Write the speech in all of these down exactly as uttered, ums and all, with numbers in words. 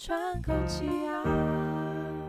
喘口气啊。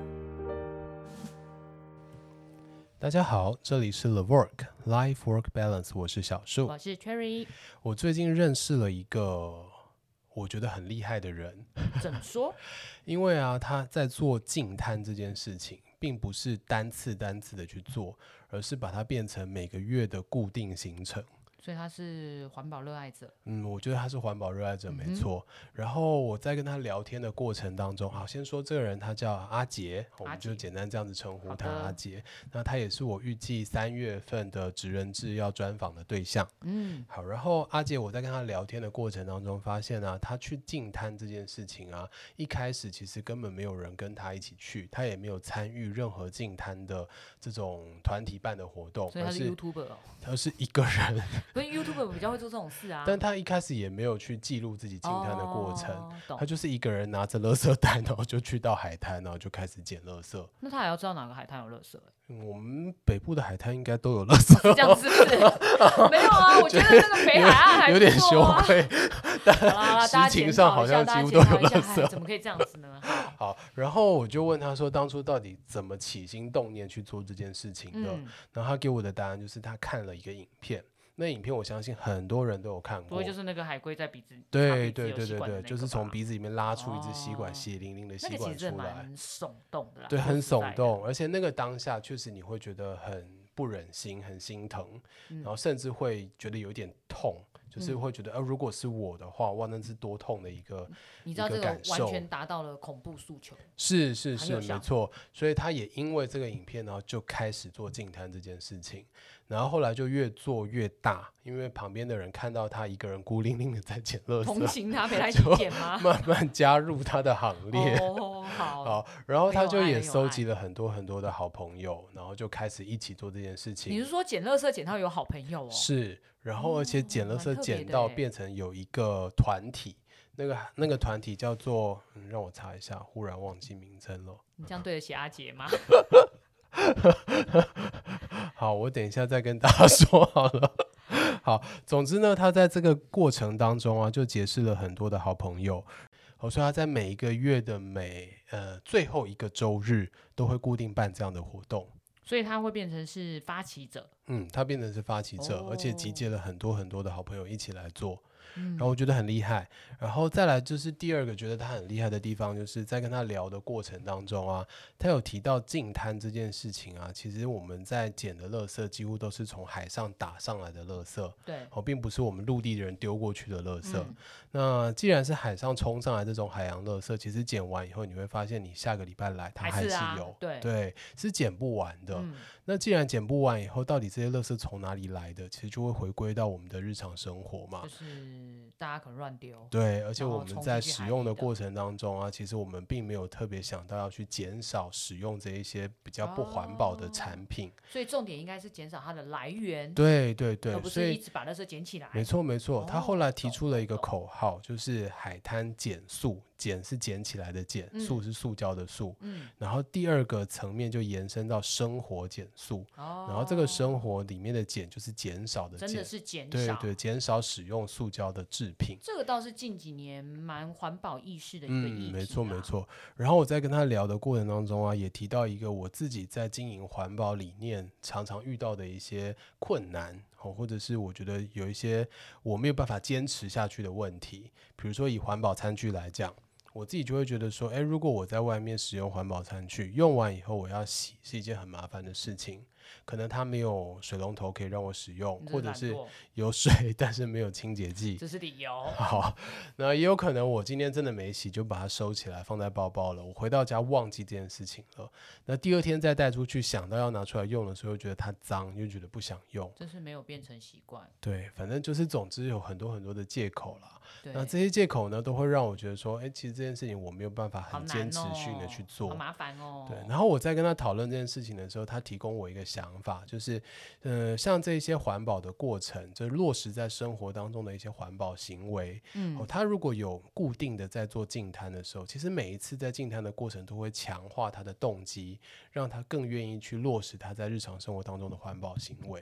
大家好，这里是 The Work Life Work Balance， 我是小树， 我是 Cherry。 我最近认识了一个我觉得很厉害的人， 怎么说？ 因为啊，他在做净滩这件事情，并不是单次单次的去做，而是把它变成每个月的固定行程。 所以他是环保热爱者。 嗯，我觉得他是环保热爱者，没错。嗯、然后我在跟他聊天的过程当中，好，先说这个人他叫阿杰，我们就简单这样子称呼他阿杰。那他也是我预计三月份的职人志要专访的对象。嗯，好，然后阿杰我在跟他聊天的过程当中发现啊，他去净滩这件事情啊，一开始其实根本没有人跟他一起去，他也没有参与任何净滩的这种团体办的活动， 所以他是 YouTuber 哦， 他是一个人。 可是 YouTuber 比较会做这种事啊， 但他一开始也没有去记录自己净滩的过程， 哦、 他就是一个人拿着垃圾袋，然后就去到海滩，然后就开始捡垃圾。 那他还要知道哪个海滩有垃圾、欸嗯、我们北部的海滩应该都有垃圾、 哦、这样是不是？没有啊，我觉得那个北海岸还、啊、 有点羞愧， 但实情上好像几乎都有垃圾， 怎么可以这样子呢？ 好，然后我就问他说，当初到底怎么起心动念去做这件事情的？嗯、然后他给我的答案就是他看了一个影片。那影片我相信很多人都有看过， 不会就是那个海龟在鼻子， 对对对对对，就是从鼻子里面拉出一支吸管，血淋淋的吸管出来， 那个其实蛮耸动的啦， 对，很耸动，而且那个当下确实你会觉得很不忍心，很心疼，嗯、然后甚至会觉得有点痛。就是会觉得，呃，如果是我的话，哇，那是多痛的一个， 你知道这个完全达到了恐怖诉求， 是是是，没错。所以他也因为这个影片，然后就开始做净滩这件事情，然后后来就越做越大，因为旁边的人看到他一个人孤零零的在捡垃圾， 同情他，陪他一起捡吗？ 慢慢加入他的行列。 哦，好， 好，然后他就也收集了很多很多的好朋友，然后就开始一起做这件事情。 你是说捡垃圾捡到有好朋友哦？ 是。然后而且捡垃圾捡到变成有一个团体，那个那个团体叫做、嗯、让我查一下，忽然忘记名称了。 你这样对得起阿杰吗？ 好，我等一下再跟大家说好了。好，总之呢，他在这个过程当中啊，就结识了很多的好朋友。所以他在每一个月的每呃最后一个周日都会固定办这样的活动。 所以他会变成是发起者， 嗯，他变成是发起者， 哦、 而且集结了很多很多的好朋友一起来做，嗯、然后我觉得很厉害。然后再来就是第二个觉得他很厉害的地方，就是在跟他聊的过程当中啊，他有提到净滩这件事情啊，其实我们在捡的垃圾几乎都是从海上打上来的垃圾， 对， 哦，并不是我们陆地的人丢过去的垃圾。 嗯、 那既然是海上冲上来这种海洋垃圾，其实捡完以后你会发现，你下个礼拜来它还是有， 是啊、对对，是捡不完的。 嗯那既然捡不完以后，到底这些垃圾从哪里来的？其实就会回归到我们的日常生活嘛， 就是大家可能乱丢。 对，而且我们在使用的过程当中啊，其实我们并没有特别想到要去减少使用这一些比较不环保的产品。 哦、所以重点应该是减少它的来源。 对对对， 而不是一直把垃圾捡起来。 没错没错，他后来提出了一个口号，就是海滩减塑。捡是捡起来的捡， 嗯、 塑是塑胶的塑、 嗯、 然后第二个层面就延伸到生活减塑、哦、然后这个生活里面的减就是减少的减， 真的是减少， 对对，减少使用塑胶的制品。 这个倒是近几年蛮环保意识的一个议题、啊嗯、 没错没错。然后我在跟他聊的过程当中啊，也提到一个我自己在经营环保理念常常遇到的一些困难，或者是我觉得有一些我没有办法坚持下去的问题。比如说以环保餐具来讲，我自己就会觉得说，哎，如果我在外面使用环保餐具，用完以后我要洗，是一件很麻烦的事情。可能它没有水龙头可以让我使用，或者是有水但是没有清洁剂， 这是理由。 好，那也有可能我今天真的没洗，就把它收起来放在包包了，我回到家忘记这件事情了，那第二天再带出去，想到要拿出来用的时候觉得它脏，又觉得不想用， 这是没有变成习惯。 对，反正就是总之有很多很多的借口啦。那这些借口呢，都会让我觉得说，哎，其实这件事情我没有办法很坚持性的去做， 好麻烦哦。 对，然后我在跟他讨论这件事情的时候，他提供我一个想法，就是，呃，像这些环保的过程，就落实在生活当中的一些环保行为，嗯，哦，他如果有固定的在做净滩的时候，其实每一次在净滩的过程都会强化他的动机，让他更愿意去落实他在日常生活当中的环保行为。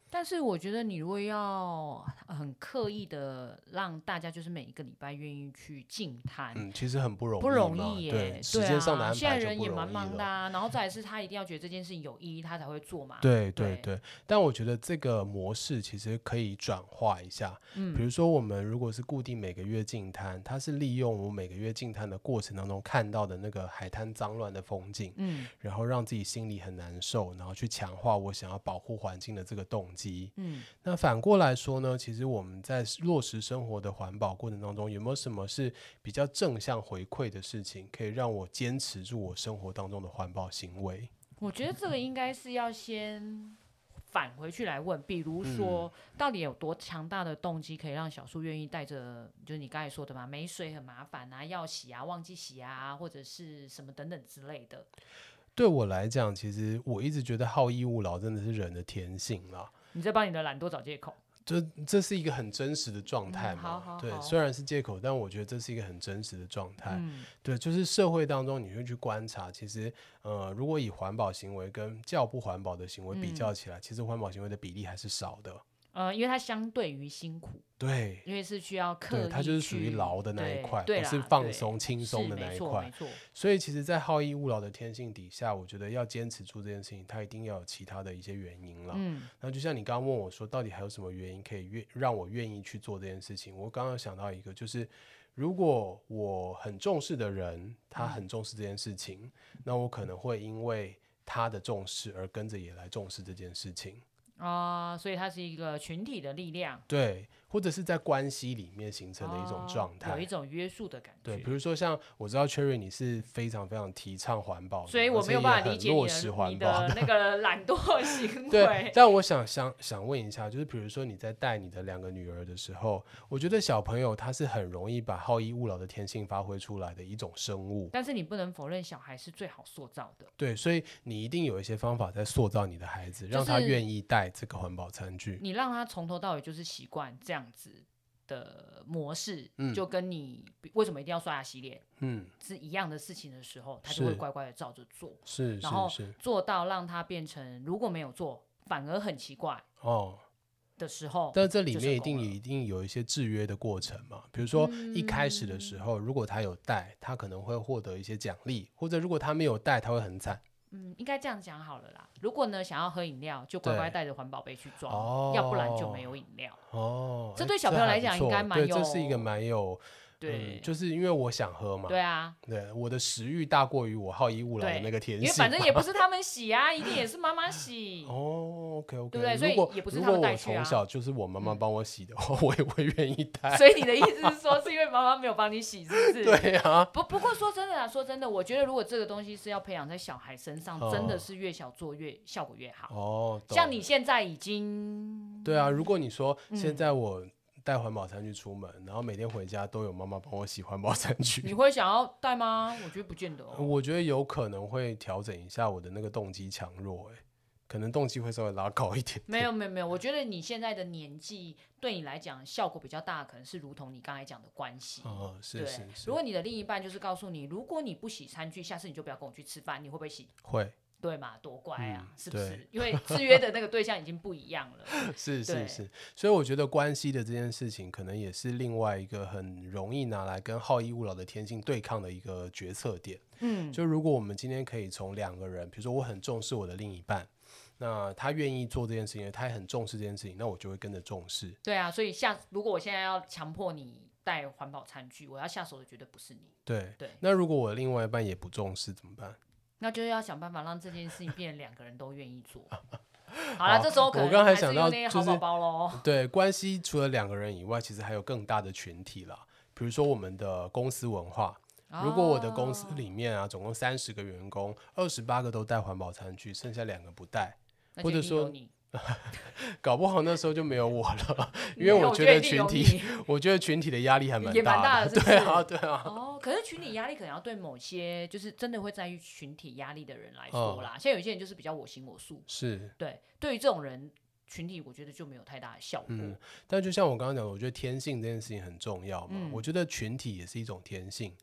但是我觉得你如果要很刻意的让大家就是每一个礼拜愿意去净滩， 嗯，其实很不容易， 不容易耶， 对， 对时间上的啊， 安现在排就不容易人也蛮忙的了。 啊，然后再来是他一定要觉得这件事情有意义，他才会做嘛。 对对对， 对，但我觉得这个模式其实可以转化一下。 嗯， 比如说我们如果是固定每个月净滩，它是利用我每个月净滩的过程当中看到的那个海滩脏乱的风景， 嗯然后让自己心里很难受，然后去强化我想要保护环境的这个动机。 嗯， 那反过来说呢，其实我们在落实生活的环保过程当中，有没有什么是比较正向回馈的事情，可以让我坚持住我生活当中的环保行为？ 我觉得这个应该是要先返回去来问，比如说、 嗯、 到底有多强大的动机可以让小树愿意带着，就是你刚才说的嘛，没水很麻烦啊，要洗啊，忘记洗啊，或者是什么等等之类的。 对我来讲，其实我一直觉得好逸恶劳真的是人的天性啦。 你在帮你的懒惰找借口。 这这是一个很真实的状态嗯、 嘛？ 好好好， 对，虽然是借口，但我觉得这是一个很真实的状态。 嗯， 对，就是社会当中你会去观察，其实呃，如果以环保行为跟较不环保的行为比较起来， 嗯、 其实环保行为的比例还是少的。 呃，因为它相对于辛苦， 对， 因为是需要刻意去， 对，它就是属于劳的那一块， 不是放松轻松的那一块。所以其实，在好逸恶劳的天性底下，我觉得要坚持住这件事情，它一定要有其他的一些原因了。嗯，那就像你刚刚问我说，到底还有什么原因可以愿让我愿意去做这件事情？我刚刚想到一个，就是如果我很重视的人，他很重视这件事情，嗯、那我可能会因为他的重视而跟着也来重视这件事情。 啊、呃，所以它是一个群体的力量， 对，或者是在关系里面形成的一种状态、 哦，有一种约束的感觉。 对，比如说像我知道 Cherry 你是非常非常提倡环保的， 所以我没有办法理解落实环保的那个懒惰行为。 对，但我想想想问一下，就是比如说你在带你的两个女儿的时候，我觉得小朋友他是很容易把好逸恶劳的天性发挥出来的一种生物。 但是你不能否认，小孩是最好塑造的。 对，所以你一定有一些方法在塑造你的孩子，让他愿意带这个环保餐具。 你让他从头到尾就是习惯这样子的模式，嗯、就跟你为什么一定要刷牙洗脸，嗯，是一样的事情的时候，他就会乖乖的照着做， 是， 然后做到让他变成如果没有做反而很奇怪哦的时候， 但这里面一定一定有一些制约的过程嘛，比如说一开始的时候，嗯、如果他有带，他可能会获得一些奖励，或者如果他没有带，他会很惨。 嗯，应该这样讲好了啦。如果呢想要喝饮料，就乖乖带着环保杯去装，哦、要不然就没有饮料。哦，这对小朋友来讲应该蛮有， 对，这是一个蛮有。 对、 嗯，就是因为我想喝嘛。 对啊， 对，我的食欲大过于我好逸恶劳的那个天性。 因为反正也不是他们洗啊，一定也是妈妈洗。 哦 ，OK OK， 对不对？所以也不是他们带去啊。 如果我从小就是我妈妈帮我洗的话，嗯、我也会愿意带。 所以你的意思是说，是因为妈妈没有帮你洗，是不是？ 对啊。 不不过说真的啊，说真的，我觉得如果这个东西是要培养在小孩身上，哦、真的是越小做越效果越好。哦，像你现在已经。 对啊，如果你说现在我。嗯带环保餐具出门，然后每天回家都有妈妈帮我洗环保餐具。 你会想要带吗？我觉得不见得、哦。 我觉得有可能会调整一下我的那个动机强弱、欸，可能动机会稍微拉高一点点。 没有没有没有，我觉得你现在的年纪对你来讲效果比较大，可能是如同你刚才讲的关系。 哦，是是是。 如果你的另一半就是告诉你，如果你不洗餐具，下次你就不要跟我去吃饭，你会不会洗？ 会。 对嘛，多乖啊，嗯、是不是？ 对， 因为制约的那个对象已经不一样了。 是是是，所以我觉得关系的这件事情，可能也是另外一个很容易拿来跟好逸恶劳的天性对抗的一个决策点。嗯，就如果我们今天可以从两个人，比如说我很重视我的另一半，那他愿意做这件事情，他也很重视这件事情，那我就会跟着重视。 对啊，所以下如果我现在要强迫你带环保餐具，我要下手的绝对不是你。 对对， 那如果我的另外一半也不重视怎么办？ 那就要想办法让这件事情变成两个人都愿意做。好了，这时候可能我刚才想到就是好宝宝咯， 对，关系除了两个人以外，其实还有更大的群体啦。比如说我们的公司文化，哦、如果我的公司里面啊，总共三十个员工，二十八个都带环保餐具，剩下两个不带，或者说。搞不好那时候就没有我了，因为我觉得群体，我觉得群体的压力还蛮大的， 大的是不是对啊，对啊。 哦，可是群体压力可能要对某些就是真的会在意群体压力的人来说啦，嗯、像有些人就是比较我行我素， 是对，对于这种人，群体我觉得就没有太大的效果。嗯， 但就像我刚刚讲的，我觉得天性这件事情很重要嘛，嗯、我觉得群体也是一种天性。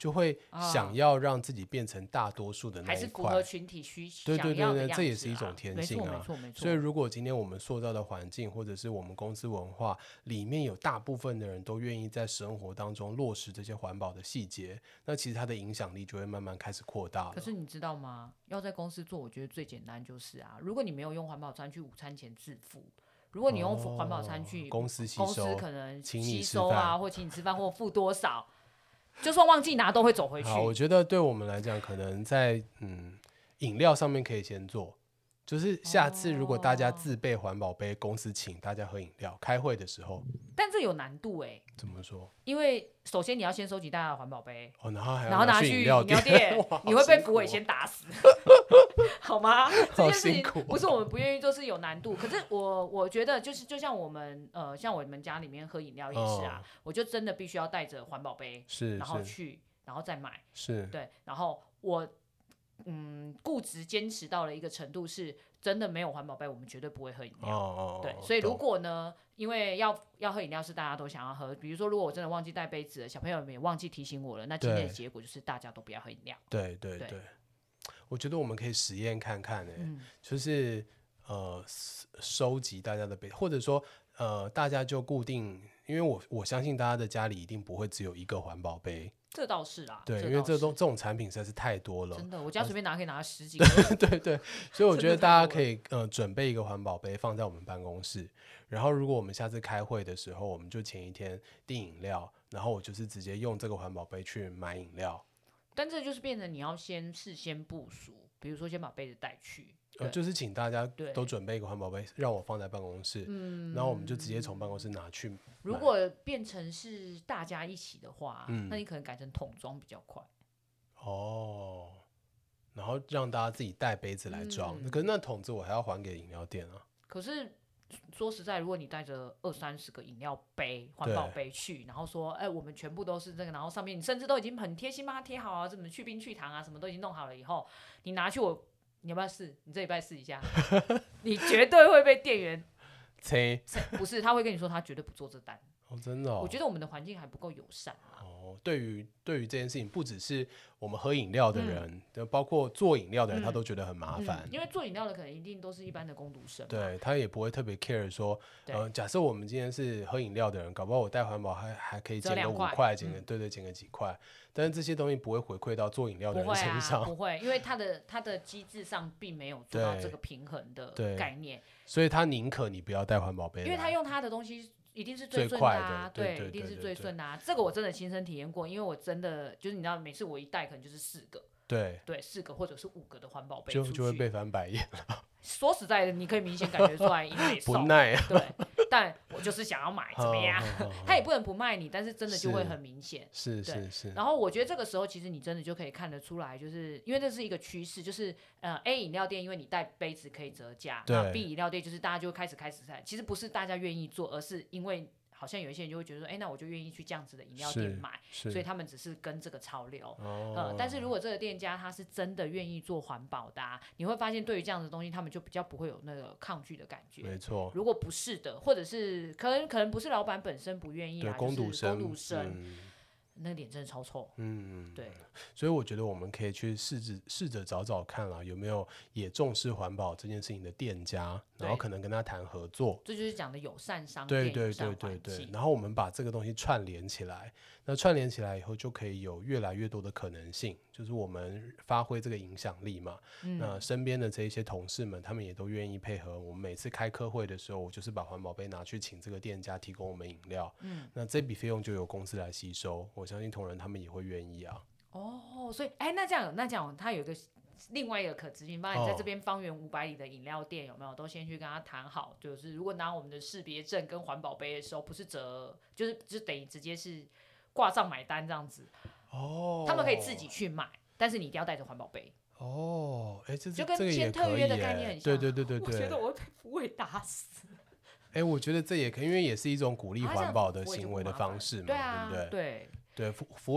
就会想要让自己变成大多数的那一块， 还是符合群体需对对对对，这也是一种天性啊。 没错没错。 所以如果今天我们塑造的环境或者是我们公司文化里面有大部分的人都愿意在生活当中落实这些环保的细节，那其实它的影响力就会慢慢开始扩大了。 可是你知道吗？要在公司做，我觉得最简单就是啊，如果你没有用环保餐具午餐前自付，如果你用环保餐具、 哦、公司吸收， 公司可能吸收啊，或请你吃饭，或付多少。就算忘记拿都会走回去。 好，我觉得对我们来讲，可能在嗯饮料上面可以先做，就是下次如果大家自备环保杯，哦、公司请大家喝饮料，开会的时候。 但这有难度哎、欸。 怎么说？ 因为首先你要先收集大家的环保杯， 哦，然后还要拿去饮料店，你会被福委先打死，好吗？这件事情不是我们不愿意做，是有难度。可是我我觉得就是就像我们呃像我们家里面喝饮料也是啊，哦、我就真的必须要带着环保杯， 是， 然后去然后再买， 是对，然后我嗯固执坚持到了一个程度是。真的没有环保杯，我们绝对不会喝饮料。 哦、 对，所以如果呢，因为要要喝饮料是大家都想要喝，比如说如果我真的忘记带杯子了，小朋友们也忘记提醒我了，那今天的结果就是大家都不要喝饮料。 对对 对, 对，我觉得我们可以实验看看、欸嗯、就是呃收集大家的杯，或者说呃大家就固定，因为我我相信大家的家里一定不会只有一个环保杯。 这倒是啦， 对，因为这种这种产品实在是太多了， 真的，我家随便拿可以拿十几个。 对对，所以我觉得大家可以呃准备一个环保杯放在我们办公室，然后如果我们下次开会的时候，我们就前一天订饮料，然后我就是直接用这个环保杯去买饮料。 但这就是变成你要先事先部署，比如说先把杯子带去。 呃，就是请大家都准备一个环保杯，让我放在办公室，嗯，然后我们就直接从办公室拿去买。 如果变成是大家一起的话，嗯，那你可能改成桶装比较快。 哦，然后让大家自己带杯子来装，嗯、可是那桶子我还要还给饮料店啊。 可是说实在，如果你带着二三十个饮料杯、环保杯去，然后说，哎、欸，我们全部都是这个，然后上面你甚至都已经很贴心帮它贴好啊，什么去冰去糖啊，什么都已经弄好了以后，你拿去我。你要不要试？你这礼拜试一下，你绝对会被店员催。 不是，他会跟你说他绝对不做这单。 哦，真的、哦。 我觉得我们的环境还不够友善啊。 哦，对于对于这件事情，不只是我们喝饮料的人，嗯、包括做饮料的人，嗯、他都觉得很麻烦、嗯。 因为做饮料的可能一定都是一般的工读生， 对他也不会特别 care 说，呃，假设我们今天是喝饮料的人，搞不好我带环保还还可以减个五块，减个、嗯、对对，减个几块。但是这些东西不会回馈到做饮料的人身上， 不会、啊、不会，因为它的它的机制上并没有做到这个平衡的概念， 所以他宁可你不要带环保杯， 因为他用他的东西一定是最顺的啊， 的对, 对, 对, 对，一定是最顺的啊。这个我真的亲身体验过，因为我真的就是你知道，每次我一带可能就是四个， 对对，四个或者是五个的环保杯就就会被翻白眼了。 说实在的，你可以明显感觉出来，因为不耐、啊， 对，但我就是想要买，怎么样？他也不能不卖你，但是真的就会很明显， 是是是。 然后我觉得这个时候，其实你真的就可以看得出来，就是因为这是一个趋势，就是呃 A 饮料店，因为你带杯子可以折价，那 B 饮料店就是大家就开始开始在，其实不是大家愿意做，而是因为。好像有一些人就会觉得说，哎、欸，那我就愿意去这样子的饮料店买，所以他们只是跟这个潮流。哦、呃，但是如果这个店家他是真的愿意做环保的、啊，你会发现对于这样的东西，他们就比较不会有那个抗拒的感觉。 没错。 如果不是的，或者是可能可能不是老板本身不愿意啊， 工读生， 工读生。嗯那个脸真的超臭， 嗯， 对， 所以我觉得我们可以去试着试着找找看啦，有没有也重视环保这件事情的店家，然后可能跟他谈合作， 这就是讲的友善商店， 对对对对对，然后我们把这个东西串联起来，那串联起来以后就可以有越来越多的可能性，就是我们发挥这个影响力嘛，嗯、那身边的这一些同事们，他们也都愿意配合。我们每次开科会的时候，我就是把环保杯拿去请这个店家提供我们饮料，嗯，那这笔费用就由公司来吸收。我相信同仁他们也会愿意啊。 哦，所以哎，那这样那这样，他有一个另外一个可执行方案，你在这边方圆五百里的饮料店有没有都先去跟他谈好？就是如果拿我们的识别证跟环保杯的时候，不是折，就是就等于直接是挂账买单这样子。哦，他们可以自己去买，但是你一定要带着环保杯。 哦，哎，这就跟签特约的概念很像。 对对对对对， 我觉得我会被福委打死。 哎，我觉得这也可以，因为也是一种鼓励环保的行为的方式嘛， 对啊， 对不对？ 对对，福福委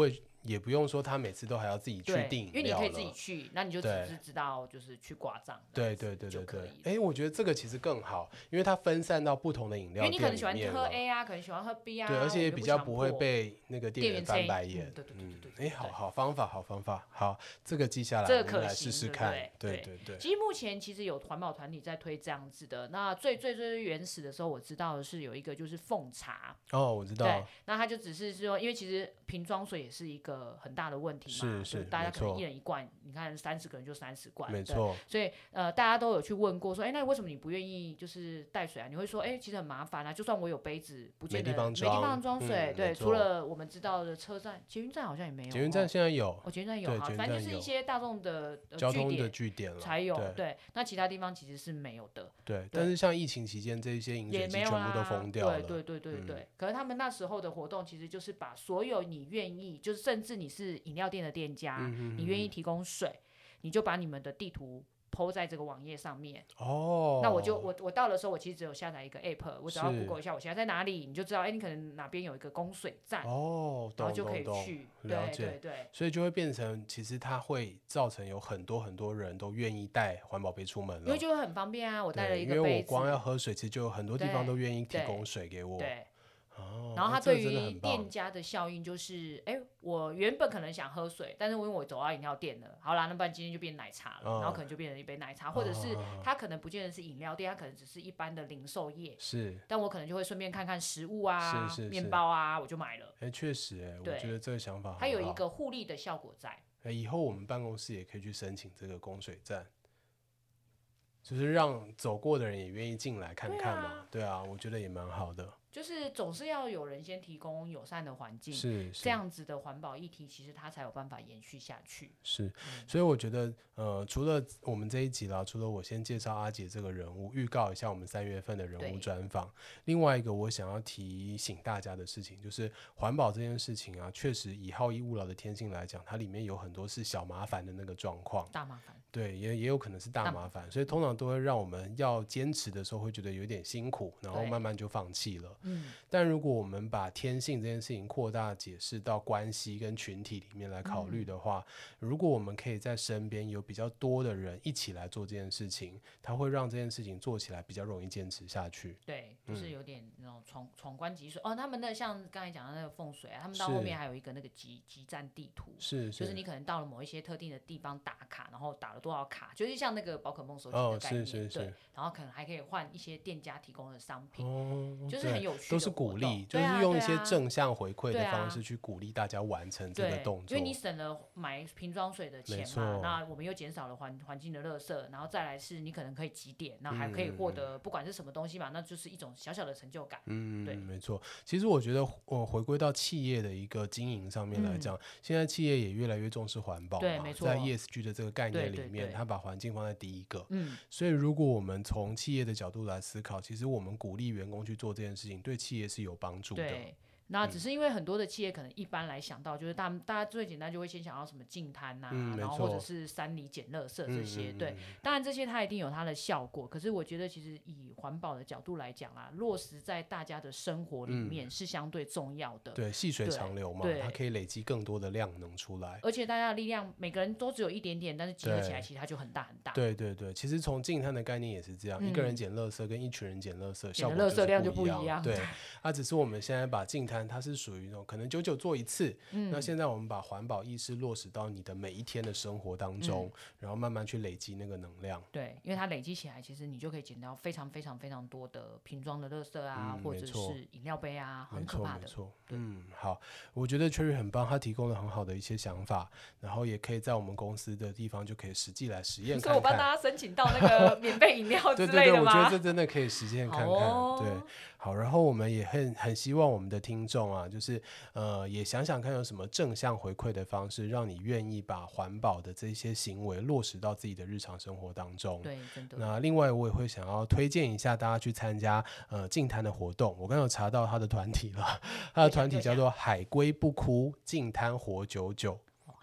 也不用说他每次都还要自己去订饮料了， 因为你可以自己去，那你就只是知道就是去挂账， 对对对对对，哎，我觉得这个其实更好，因为它分散到不同的饮料店里面了，因为你可能喜欢喝 A 啊，可能喜欢喝 B 啊， 对，而且也比较不会被那个店员翻白眼。 对对对对， 哎，好好方法，好方法，好，这个记下来， 这个可我们来试试看。对对对。 其实目前其实有环保团体在推这样子的，那最最最原始的时候，我知道的是有一个就是奉茶。 哦，我知道。 对，那他就只是说，因为其实瓶装水也是一个很大的问题嘛， 是是， 大家可能一人一罐，你看三十个人就三十罐， 没错。 所以呃，大家都有去问过说，哎，那为什么你不愿意就是带水啊？你会说，哎，其实很麻烦啊，就算我有杯子，不见得没地方装， 没地方装水。嗯、对，除了我们知道的车站、捷运站好像也没有。 捷运站现在有， 哦，捷运站有哈，反正就是一些大众的、呃、 交通的据点才有。对, 对，那其他地方其实是没有的。 对，对但是像疫情期间，这些饮水机全部都封掉了。 对对对对对。 嗯、 可是他们那时候的活动，其实就是把所有你愿意，就是甚至你是饮料店的店家，嗯、你愿意提供水，你就把你们的地图po在这个网页上面哦， 那我就我我到的时候，我其实只有下载一个 app， 我只要 Google 一下我现在在哪里，你就知道，哎，你可能哪边有一个供水站哦， 然后就可以去了解， 对对对， 所以就会变成，其实它会造成有很多很多人都愿意带环保杯出门了， 因为就会很方便啊，我带了一个杯子， 因为我光要喝水，其实就有很多地方都愿意提供水给我， 对。 哦、 然后它对于店家的效应就是，哎、欸，我原本可能想喝水，但是因为我走到饮料店了，好啦，那不然今天就变奶茶了，哦、然后可能就变成一杯奶茶，或者是它可能不见得是饮料店，它可能只是一般的零售业， 是， 但我可能就会顺便看看食物啊， 是是是面包啊，我就买了。 哎、欸，确实、欸，哎，我觉得这个想法很好， 它有一个互利的效果在。 哎、欸，以后我们办公室也可以去申请这个供水站。就是让走过的人也愿意进来看看嘛，对 啊, 对啊，我觉得也蛮好的。 就是总是要有人先提供友善的环境， 是这样子的环保议题，其实它才有办法延续下去。 是，嗯、所以我觉得，呃，除了我们这一集啦，除了我先介绍阿杰这个人物，预告一下我们三月份的人物专访，另外一个我想要提醒大家的事情，就是环保这件事情啊，确实以好逸恶劳的天性来讲，它里面有很多是小麻烦的那个状况， 大麻烦。 对，也也有可能是大麻烦，所以通常都会让我们要坚持的时候会觉得有点辛苦，然后慢慢就放弃了。嗯，但如果我们把天性这件事情扩大解释到关系跟群体里面来考虑的话，嗯、如果我们可以在身边有比较多的人一起来做这件事情，它会让这件事情做起来比较容易坚持下去。 对，就是有点那种闯闯关集水、嗯、哦。他们那像刚才讲的那个风水啊，他们到后面还有一个那个集集站地图， 是， 就是你可能到了某一些特定的地方打卡，然后打了多少卡，就是像那个宝可梦手机的概念，哦、是是是对，然后可能还可以换一些店家提供的商品，哦、就是很有趣的， 都是鼓励，就是用一些正向回馈的方式去鼓励大家完成这个动作， 因为你省了买瓶装水的钱嘛，那我们又减少了环环境的垃圾，然后再来是你可能可以集点，然后还可以获得不管是什么东西嘛，嗯、那就是一种小小的成就感。 嗯， 对， 没错。其实我觉得，呃，回归到企业的一个经营上面来讲，嗯、现在企业也越来越重视环保嘛， 对，没错， 在 E S G 的这个概念里面， 对对对， 它把环境放在第一个。 嗯， 所以如果我们从企业的角度来思考，其实我们鼓励员工去做这件事情，对企业是有帮助的。 对，那只是因为很多的企业可能一般来想到，就是大大家最简单就会先想到什么净滩呐， 嗯、 然后或者是山里捡垃圾这些。嗯、对，当然这些它一定有它的效果，可是我觉得其实以环保的角度来讲啊，落实在大家的生活里面是相对重要的。 嗯、对，细水长流嘛，它可以累积更多的量能出来。 而且大家的力量每个人都只有一点点，但是集合起来其实它就很大很大。 对对对，其实从净滩的概念也是这样，嗯、一个人捡垃圾跟一群人捡垃圾，效果垃圾量就不一样。 对，它、啊、只是我们现在把净滩，它是属于可能久久做一次，嗯、那现在我们把环保意识落实到你的每一天的生活当中，嗯、然后慢慢去累积那个能量。 对，因为它累积起来，其实你就可以减掉非常非常非常多的瓶装的垃圾啊，嗯、或者是饮料杯啊，很可怕的。 没错，嗯，好，我觉得 Cherry 很棒，他提供了很好的一些想法，然后也可以在我们公司的地方就可以实际来实验看看。所以我帮大家申请到那个免费饮料之类的吗？对对对， 我觉得这真的可以实践看看。 哦、 对，好，然后我们也很很希望我们的听众啊，就是呃，也想想看有什么正向回馈的方式，让你愿意把环保的这些行为落实到自己的日常生活当中。 对，真的。 那另外我也会想要推荐一下大家去参加呃净滩的活动，我刚有查到他的团体了，他的团体叫做海龟不哭净滩活久久。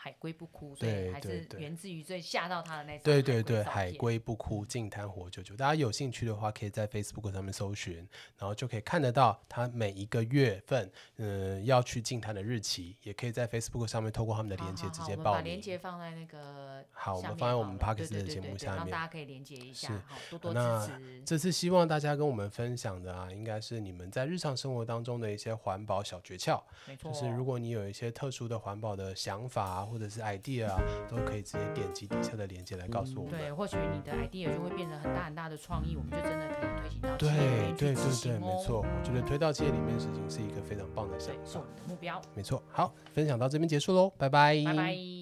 海龟不哭，所以还是源自于最吓到他的那张对对对，海龟不哭，净滩活久久。大家有兴趣的话，可以在 Facebook 上面搜寻，然后就可以看得到他每一个月份，嗯，要去净滩的日期，也可以在 Facebook 上面透过他们的连结直接报名。 好好好，我们把连结放在那个好，我们放在我们 Podcast 的节目下面， 让大家可以连结一下，好，多多支持。 这次希望大家跟我们分享的啊，应该是你们在日常生活当中的一些环保小诀窍。 没错， 就是如果你有一些特殊的环保的想法啊，或者是 idea 啊，都可以直接点击底下的链接来告诉我们。 对，或许你的 idea 就会变成很大很大的创意，我们就真的可以推行到企业里面去执行哦。 对对对对，没错，我觉得推到企业里面实行是一个非常棒的想法， 是我们的目标。 没错，好，分享到这边结束喽，拜拜， 拜拜。